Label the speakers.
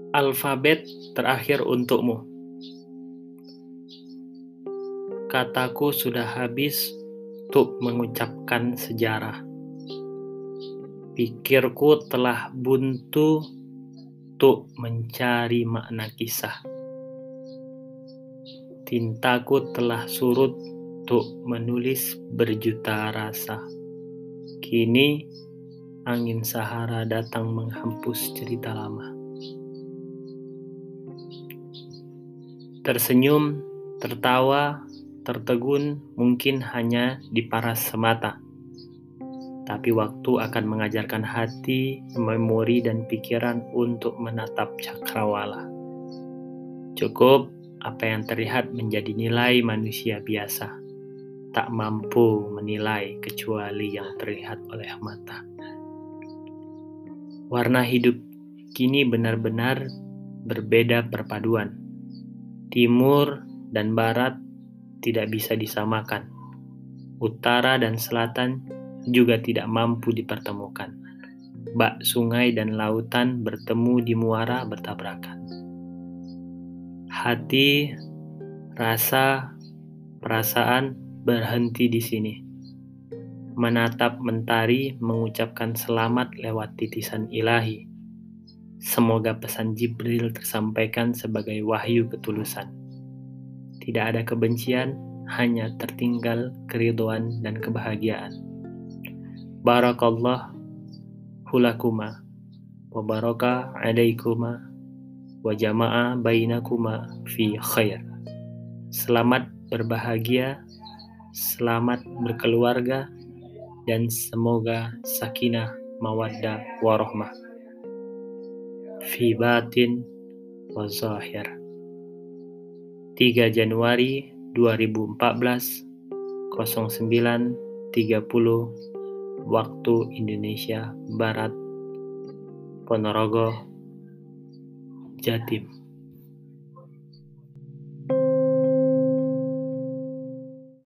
Speaker 1: Alfabet terakhir untukmu. Kataku sudah habis untuk mengucapkan sejarah. Pikirku telah buntu untuk mencari makna kisah. Tintaku telah surut untuk menulis berjuta rasa. Kini angin Sahara datang menghapus cerita lama. Tersenyum, tertawa, tertegun mungkin hanya diparas semata. Tapi waktu akan mengajarkan hati, memori, dan pikiran untuk menatap cakrawala. Cukup apa yang terlihat menjadi nilai manusia biasa, tak mampu menilai kecuali yang terlihat oleh mata. Warna hidup kini benar-benar berbeda perpaduan. Timur dan barat tidak bisa disamakan. Utara dan selatan juga tidak mampu dipertemukan. Bak sungai dan lautan bertemu di muara bertabrakan. Hati, rasa, perasaan berhenti di sini. Menatap mentari, mengucapkan selamat lewat titisan ilahi. Semoga pesan Jibril tersampaikan sebagai wahyu ketulusan. Tidak ada kebencian, hanya tertinggal keridhaan dan kebahagiaan. Barakallah hulakuma wa baraka alaikuma wa jama'a bainakuma fi khair. Selamat berbahagia, selamat berkeluarga, dan semoga sakinah mawaddah warahmah fi batin wa zahir. 3 Januari 2014, 09.30 waktu Indonesia Barat, Ponorogo, Jatim.